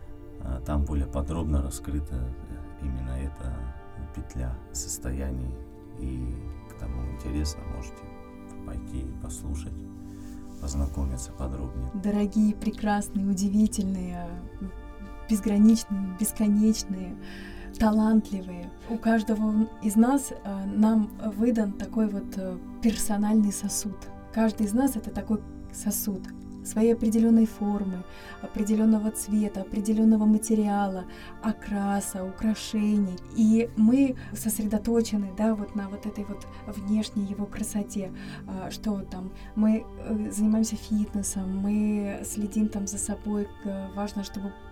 Там более подробно раскрыта именно эта петля состояний. И кому интересно, можете пойти и послушать, познакомиться подробнее. Дорогие, прекрасные, удивительные, безграничные, бесконечные, талантливые. У каждого из нас нам выдан такой вот персональный сосуд. Каждый из нас — это такой сосуд своей определенной формы, определенного цвета, определенного материала, окраса, украшений. И мы сосредоточены, да, вот на вот этой вот внешней его красоте, что там мы занимаемся фитнесом, мы следим там за собой, важно, чтобы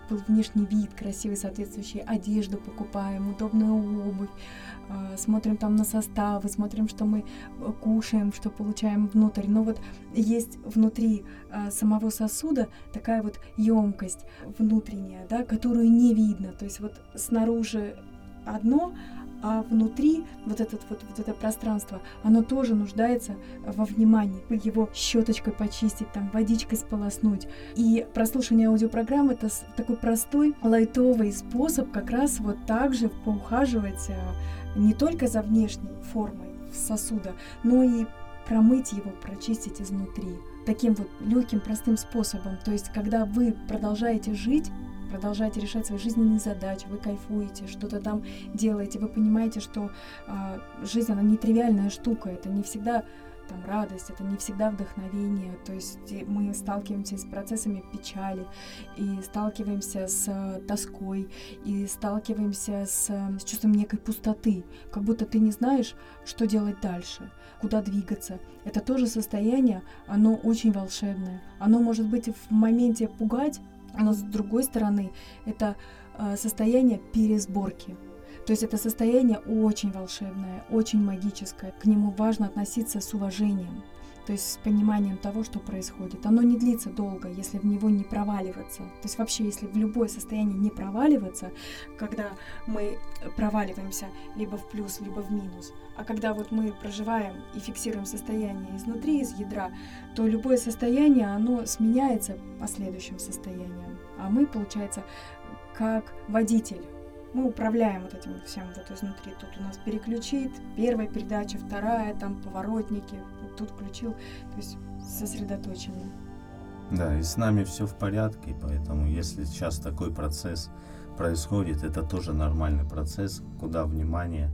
был внешний вид, красивый, соответствующий одежду покупаем, удобную обувь, смотрим там на составы, смотрим, что мы кушаем, что получаем внутрь. Но вот есть внутри самого сосуда такая вот емкость внутренняя, да, которую не видно. То есть вот снаружи одно, а внутри вот это пространство, оно тоже нуждается во внимании. Его щеточкой почистить, там, водичкой сполоснуть. И прослушивание аудиопрограмм — это такой простой, лайтовый способ как раз вот так же поухаживать не только за внешней формой сосуда, но и промыть его, прочистить изнутри. Таким вот легким, простым способом. То есть, когда вы продолжаете жить, продолжаете решать свои жизненные задачи, вы кайфуете, что-то там делаете, вы понимаете, что жизнь, она нетривиальная штука, это не всегда там радость, это не всегда вдохновение, то есть мы сталкиваемся с процессами печали, и сталкиваемся с тоской, и сталкиваемся с чувством некой пустоты, как будто ты не знаешь, что делать дальше, куда двигаться. Это тоже состояние, оно очень волшебное, оно может быть в моменте пугать, но с другой стороны, это состояние пересборки. То есть это состояние очень волшебное, очень магическое. К нему важно относиться с уважением, то есть с пониманием того, что происходит. Оно не длится долго, если в него не проваливаться. То есть вообще, если в любое состояние не проваливаться, когда мы проваливаемся либо в плюс, либо в минус, а когда вот мы проживаем и фиксируем состояние изнутри, из ядра, то любое состояние, оно сменяется последующим состоянием. А мы, получается, как водитель. Мы управляем вот этим всем вот изнутри. Тут у нас переключит, первая передача, вторая, там поворотники, тут включил, то есть сосредоточенно. Да, и с нами все в порядке, поэтому если сейчас такой процесс происходит, это тоже нормальный процесс, куда внимание,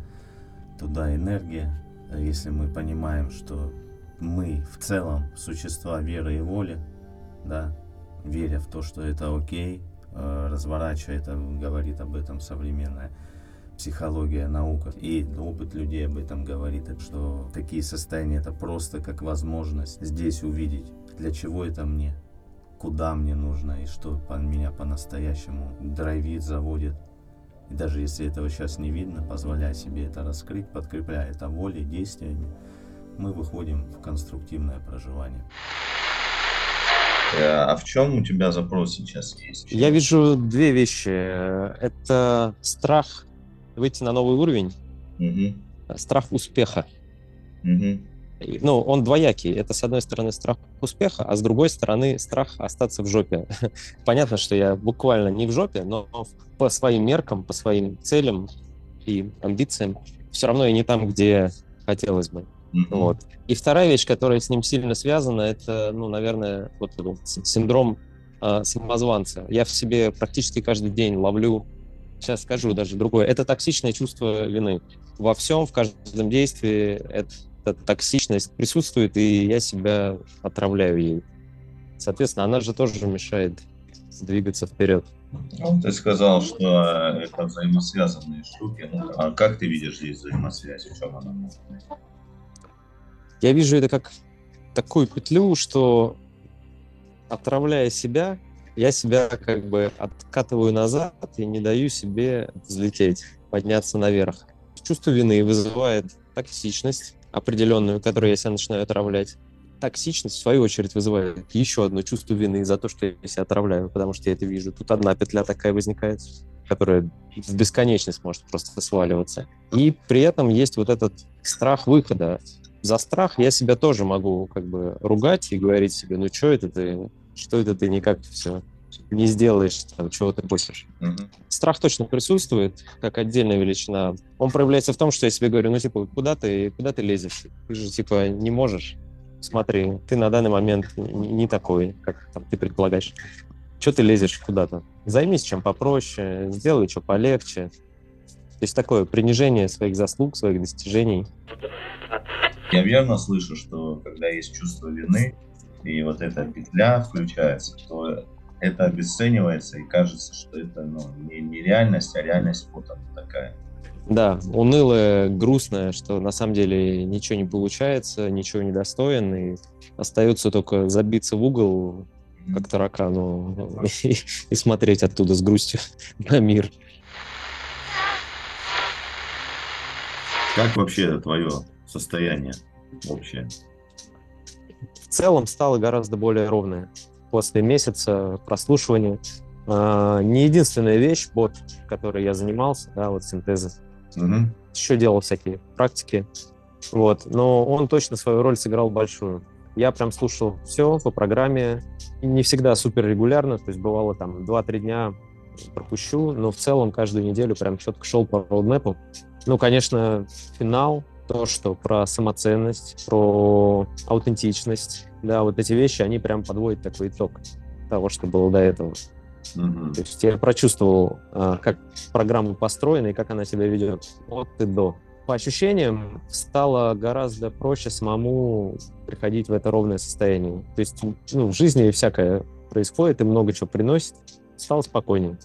туда энергия. Если мы понимаем, что мы в целом существа веры и воли, да, веря в то, что это окей, разворачивая это, говорит об этом современная психология, наука, и опыт людей об этом говорит, что такие состояния — это просто как возможность здесь увидеть, для чего это мне, куда мне нужно и что меня по-настоящему драйвит, заводит. И даже если этого сейчас не видно, позволяя себе это раскрыть, подкрепляя это волей, действиями, мы выходим в конструктивное проживание. А в чем у тебя запрос сейчас есть? Я вижу две вещи. Это страх выйти на новый уровень, страх успеха. Ну, он двоякий. Это, с одной стороны, страх успеха, а с другой стороны, страх остаться в жопе. Понятно, что я буквально не в жопе, но по своим меркам, по своим целям и амбициям все равно я не там, где хотелось бы. Вот. И вторая вещь, которая с ним сильно связана, это, ну, наверное, вот синдром самозванца. Я в себе практически каждый день ловлю, сейчас скажу даже другое, это токсичное чувство вины. Во всем, в каждом действии эта токсичность присутствует, и я себя отравляю ей. Соответственно, она же тоже мешает двигаться вперед. Ну, ты сказал, что это взаимосвязанные штуки. Ну, а как ты видишь здесь взаимосвязь? В чем она может быть? Я вижу это как такую петлю, что, отравляя себя, я себя как бы откатываю назад и не даю себе взлететь, подняться наверх. Чувство вины вызывает токсичность определенную, которую я себя начинаю отравлять. Токсичность, в свою очередь, вызывает еще одно чувство вины за то, что я себя отравляю, потому что я это вижу. Тут одна петля такая возникает, которая в бесконечность может просто сваливаться. И при этом есть вот этот страх выхода. За страх я себя тоже могу как бы ругать и говорить себе, ну что это ты никак все не сделаешь, там, чего ты хочешь. Страх точно присутствует, как отдельная величина. Он проявляется в том, что я себе говорю, ну типа, куда ты лезешь? Ты же типа не можешь. Смотри, ты на данный момент не такой, как там, ты предполагаешь. Что ты лезешь куда-то? Займись чем попроще, сделай что полегче. То есть такое принижение своих заслуг, своих достижений. Я верно слышу, что когда есть чувство вины, и вот эта петля включается, то это обесценивается, и кажется, что это не реальность, а реальность вот она такая. Да, унылая, грустная, что на самом деле ничего не получается, ничего не достоин, и остается только забиться в угол как таракану, и смотреть оттуда с грустью на мир. Как вообще твое состояние общее? В целом стало гораздо более ровное после месяца прослушивания. Не единственная вещь, бот, которой я занимался, да, вот синтеза. Мгм. Еще делал всякие практики, вот, но он точно свою роль сыграл большую. Я прям слушал все по программе, и не всегда супер регулярно, то есть бывало там 2-3 дня пропущу, но в целом каждую неделю прям четко шел по роудмэпу. Ну, конечно, финал, то, что про самоценность, про аутентичность, да, вот эти вещи, они прям подводят такой итог того, что было до этого. Мгм. То есть я прочувствовал, как программа построена и как она себя ведет от и до. По ощущениям стало гораздо проще самому приходить в это ровное состояние. То есть, ну, в жизни всякое происходит и много чего приносит. Стало спокойнее.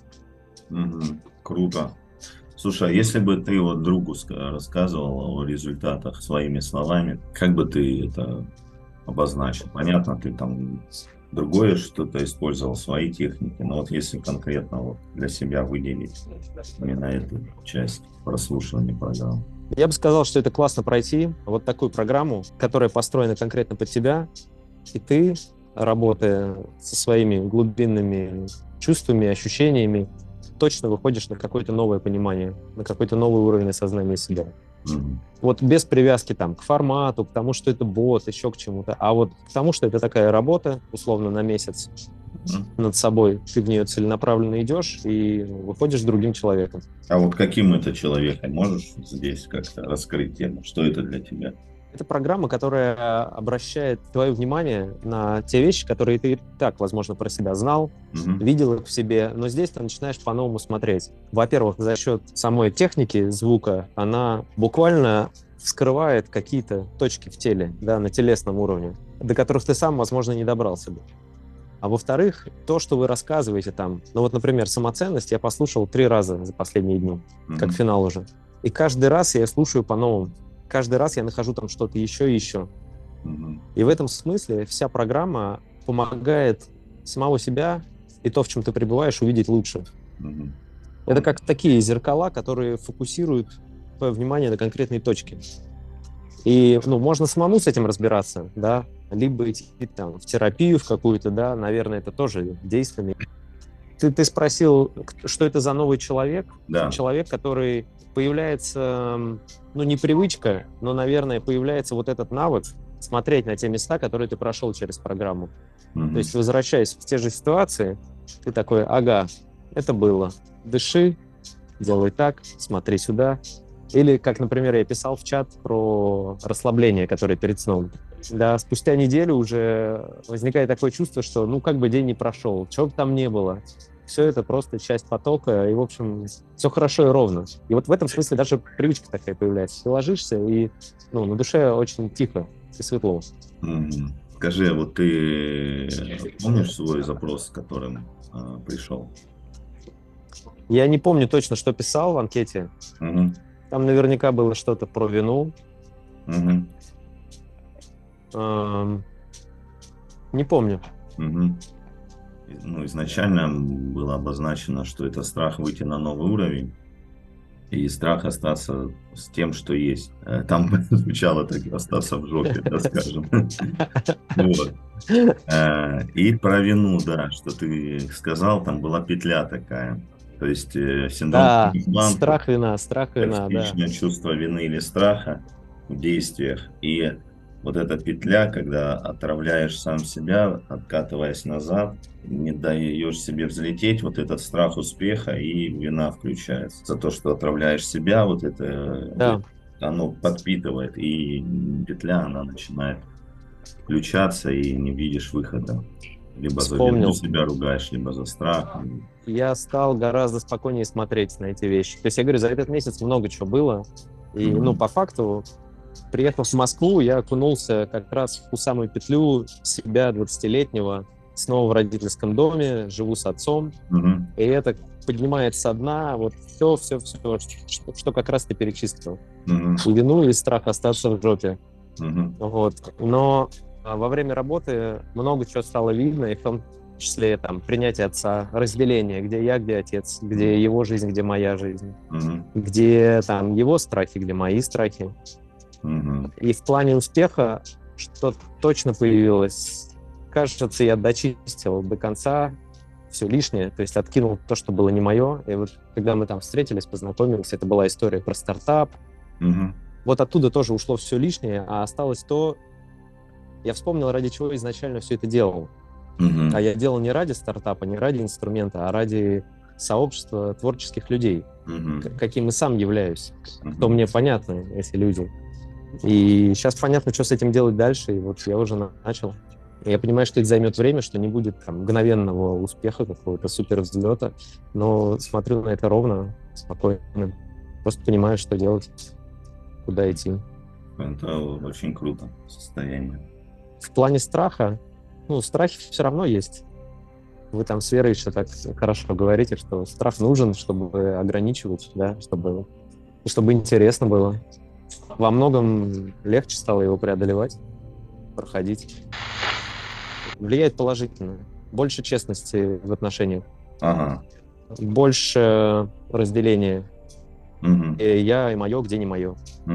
Мгм. Круто. Слушай, а если бы ты вот другу рассказывал о результатах своими словами, как бы ты это обозначил? Понятно, ты там другое что-то использовал, свои техники, но вот если конкретно вот для себя выделить именно эту часть прослушивания программ. Я бы сказал, что это классно пройти вот такую программу, которая построена конкретно под тебя, и ты, работая со своими глубинными чувствами, ощущениями, точно выходишь на какое-то новое понимание, на какой-то новый уровень осознания себя. Мгм. Вот без привязки там к формату, к тому, что это бот, еще к чему-то, а вот к тому, что это такая работа, условно, на месяц Мгм. над собой, ты в нее целенаправленно идешь и выходишь другим человеком. А вот каким это человеком можешь здесь как-то раскрыть тему? Что это для тебя? Это программа, которая обращает твое внимание на те вещи, которые ты и так, возможно, про себя знал, Мгм. видел их в себе, но здесь ты начинаешь по-новому смотреть. Во-первых, за счет самой техники звука она буквально вскрывает какие-то точки в теле, да, на телесном уровне, до которых ты сам, возможно, не добрался бы. А во-вторых, то, что вы рассказываете там, ну вот, например, самоценность я послушал 3 раза за последние дни, как Мгм. финал уже. И каждый раз я слушаю по-новому. Каждый раз я нахожу там что-то еще и еще. Мгм. И в этом смысле вся программа помогает самого себя и то, в чем ты пребываешь, увидеть лучше. Мгм. Это как такие зеркала, которые фокусируют твое внимание на конкретной точке. И, ну, можно самому с этим разбираться, да, либо идти там в терапию в какую-то, да, наверное, это тоже действенный. Ты спросил, что это за новый человек? Да. Человек, который появляется, ну, не привычка, но, наверное, появляется вот этот навык смотреть на те места, которые ты прошел через программу. Мгм. То есть, возвращаясь в те же ситуации, ты такой, ага, это было. Дыши, делай так, смотри сюда. Или, как, например, я писал в чат про расслабление, которое перед сном. Да, спустя неделю уже возникает такое чувство, что, ну, как бы день не прошел, чего бы там не было. Все это просто часть потока, и, в общем, все хорошо и ровно. И вот в этом смысле даже привычка такая появляется. Ты ложишься, и, ну, на душе очень тихо и светло. Мгм. Скажи, а вот ты помнишь свой запрос, с которым пришел? Я не помню точно, что писал в анкете. Мгм. Там наверняка было что-то про вину. Мгм. Не помню. Мгм. Ну, изначально было обозначено, что это страх выйти на новый уровень и страх остаться с тем, что есть. Там звучало так: остаться в жопе, да, скажем. Вот. И про вину, да, что ты сказал, там была петля такая. То есть синдром Да, самозванца, страх, вина, да. токсичное чувство вины или страха в действиях. И вот эта петля, когда отравляешь сам себя, откатываясь назад, не даешь себе взлететь, вот этот страх успеха и вина включается. За то, что отравляешь себя, вот это, Да, оно подпитывает, и петля, она начинает включаться, и не видишь выхода. Либо за вину вспомнил. себя ругаешь, либо за страх. Я стал гораздо спокойнее смотреть на эти вещи. То есть я говорю, за этот месяц много чего было. И, ну, по факту, приехав в Москву, я окунулся как раз в ту самую петлю себя 20-летнего, снова в родительском доме, живу с отцом. Мгм. И это поднимает со дна вот все, что как раз ты перечислил. Мгм. И вину, и страх остаться в жопе. Мгм. Вот. Но во время работы много чего стало видно, и в том числе там принятие отца, разделение, где я, где отец, где его жизнь, где моя жизнь, где там его страхи, где мои страхи. И в плане успеха что точно появилось. Кажется, я дочистил до конца все лишнее, то есть откинул то, что было не мое. И вот когда мы там встретились, познакомились, это была история про стартап. Вот оттуда тоже ушло все лишнее, а осталось то, я вспомнил, ради чего изначально все это делал. А я делал не ради стартапа, не ради инструмента, а ради сообщества творческих людей, каким и сам являюсь. То мне понятно, эти люди. И сейчас понятно, что с этим делать дальше, и вот я уже начал. Я понимаю, что это займет время, что не будет там мгновенного успеха, какого-то супервзлета, но смотрю на это ровно, спокойно. Просто понимаю, что делать, куда идти. Это очень круто состояние. В плане страха, страхи все равно есть. Вы там с Верой еще так хорошо говорите, что страх нужен, чтобы ограничивать, да, чтобы интересно было. Во многом легче стало его преодолевать, проходить. Влияет положительно. Больше честности в отношениях. Больше разделения. Я и мое, где не мое.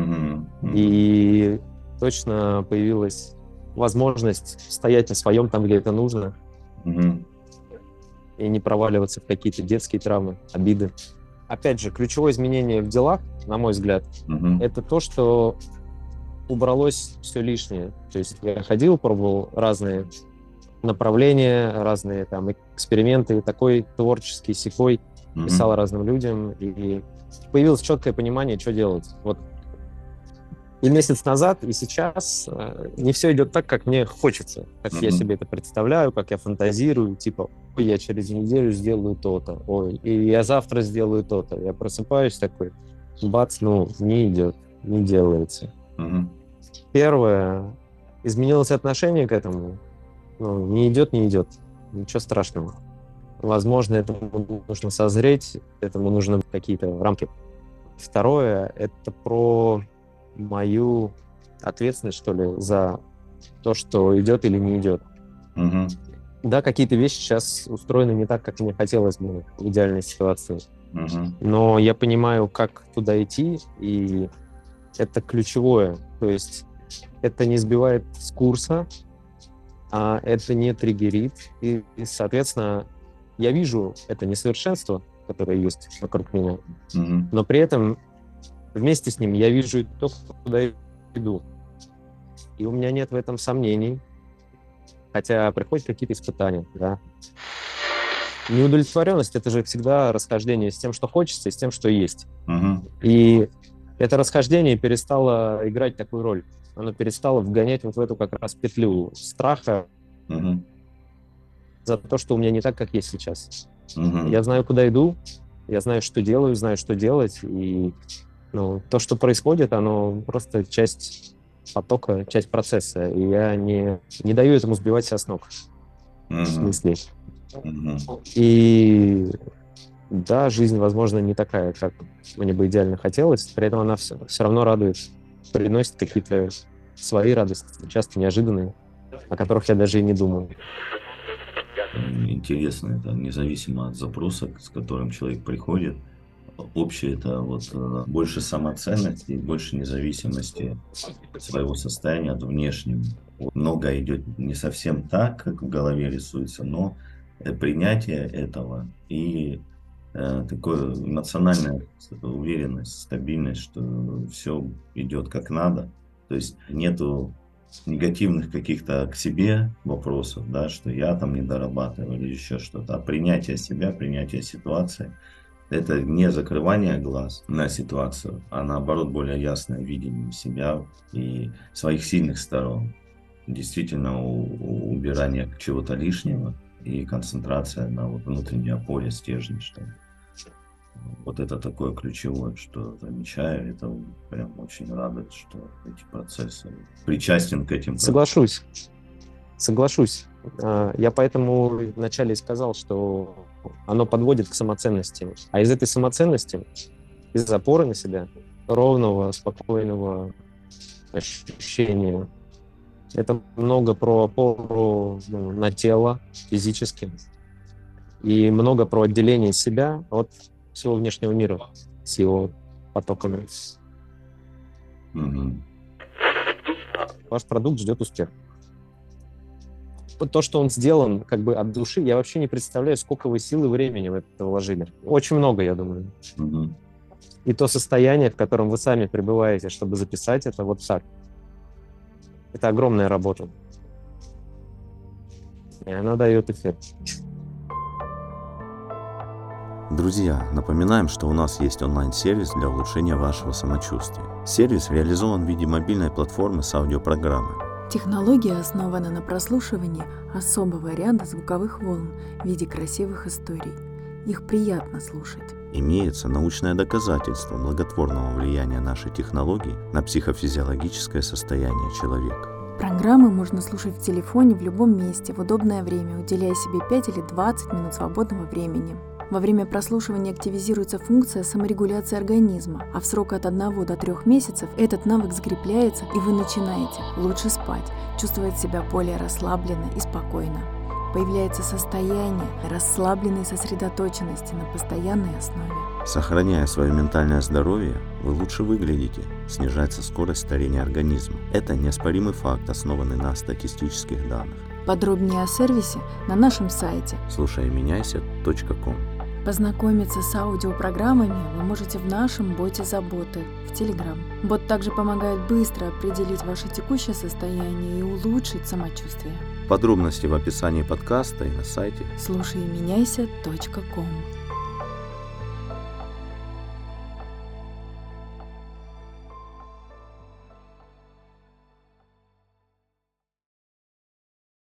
И точно появилась возможность стоять на своем там, где это нужно. И не проваливаться в какие-то детские травмы, обиды. Опять же, ключевое изменение в делах, на мой взгляд, это то, что убралось все лишнее. То есть я ходил, пробовал разные направления, разные там эксперименты, такой творческий, сякой, писал разным людям, и появилось четкое понимание, что делать. Вот и месяц назад, и сейчас не все идет так, как мне хочется, как я себе это представляю, как я фантазирую, типа, ой, я через неделю сделаю то-то, ой, и я завтра сделаю то-то. Я просыпаюсь такой, бац, не идет, не делается. Первое, изменилось отношение к этому, не идет, ничего страшного. Возможно, этому нужно созреть, этому нужны какие-то рамки. Второе, это про мою ответственность, что ли, за то, что идет или не идет. Да, какие-то вещи сейчас устроены не так, как мне хотелось бы в идеальной ситуации. Но я понимаю, как туда идти, и это ключевое. То есть это не сбивает с курса, а это не триггерит. И соответственно, я вижу это несовершенство, которое есть вокруг меня, но при этом вместе с ним я вижу и то, куда я иду. И у меня нет в этом сомнений. Хотя приходят какие-то испытания, да. Неудовлетворенность — это же всегда расхождение с тем, что хочется, и с тем, что есть. И это расхождение перестало играть такую роль. Оно перестало вгонять вот в эту как раз петлю страха за то, что у меня не так, как есть сейчас. Я знаю, куда иду, я знаю, что делаю, знаю, что делать, и то, что происходит, оно просто часть потока, часть процесса, и я не даю этому сбивать себя с ног. В смысле. И да, жизнь, возможно, не такая, как мне бы идеально хотелось, при этом она все равно радует, приносит какие-то свои радости, часто неожиданные, о которых я даже и не думал. Интересно, это независимо от запроса, с которым человек приходит. Общее это больше самоценности, больше независимости своего состояния от внешнего. Многое идет не совсем так, как в голове рисуется, но принятие этого и такое эмоциональная уверенность, стабильность, что все идет как надо. То есть нету негативных каких-то к себе вопросов, да, что я там не дорабатываю или еще что-то, а принятие себя, принятие ситуации. Это не закрывание глаз на ситуацию, а наоборот более ясное видение себя и своих сильных сторон. Действительно убирание чего-то лишнего и концентрация на внутренней опоре, стержне, что ли. Вот это такое ключевое, что замечаю, это прям очень радует, что эти процессы, причастен к этим процессам. Соглашусь. Я поэтому вначале сказал, что оно подводит к самоценности. А из этой самоценности, из опоры на себя, ровного, спокойного ощущения Это много про опору на тело физически. И много про отделение себя от всего внешнего мира с его потоками. Мгм. Ваш продукт ждет успех. То, что он сделан как бы от души, я вообще не представляю, сколько вы сил и времени в это вложили. Очень много, я думаю. Мгм. И то состояние, в котором вы сами пребываете, чтобы записать это вот так. Это огромная работа. И она дает эффект. Друзья, напоминаем, что у нас есть онлайн-сервис для улучшения вашего самочувствия. Сервис реализован в виде мобильной платформы с аудиопрограммой. Технология основана на прослушивании особого ряда звуковых волн в виде красивых историй. Их приятно слушать. Имеется научное доказательство благотворного влияния нашей технологии на психофизиологическое состояние человека. Программы можно слушать в телефоне в любом месте в удобное время, уделяя себе 5 или 20 минут свободного времени. Во время прослушивания активизируется функция саморегуляции организма, а в срок от 1 до 3 месяцев этот навык закрепляется, и вы начинаете лучше спать, чувствовать себя более расслабленно и спокойно. Появляется состояние расслабленной сосредоточенности на постоянной основе. Сохраняя свое ментальное здоровье, вы лучше выглядите, снижается скорость старения организма. Это неоспоримый факт, основанный на статистических данных. Подробнее о сервисе на нашем сайте. Слушайменяйся.ком. Познакомиться с аудиопрограммами вы можете в нашем боте заботы в Telegram. Бот также помогает быстро определить ваше текущее состояние и улучшить самочувствие. Подробности в описании подкаста и на сайте. Слушайменяйся.ком.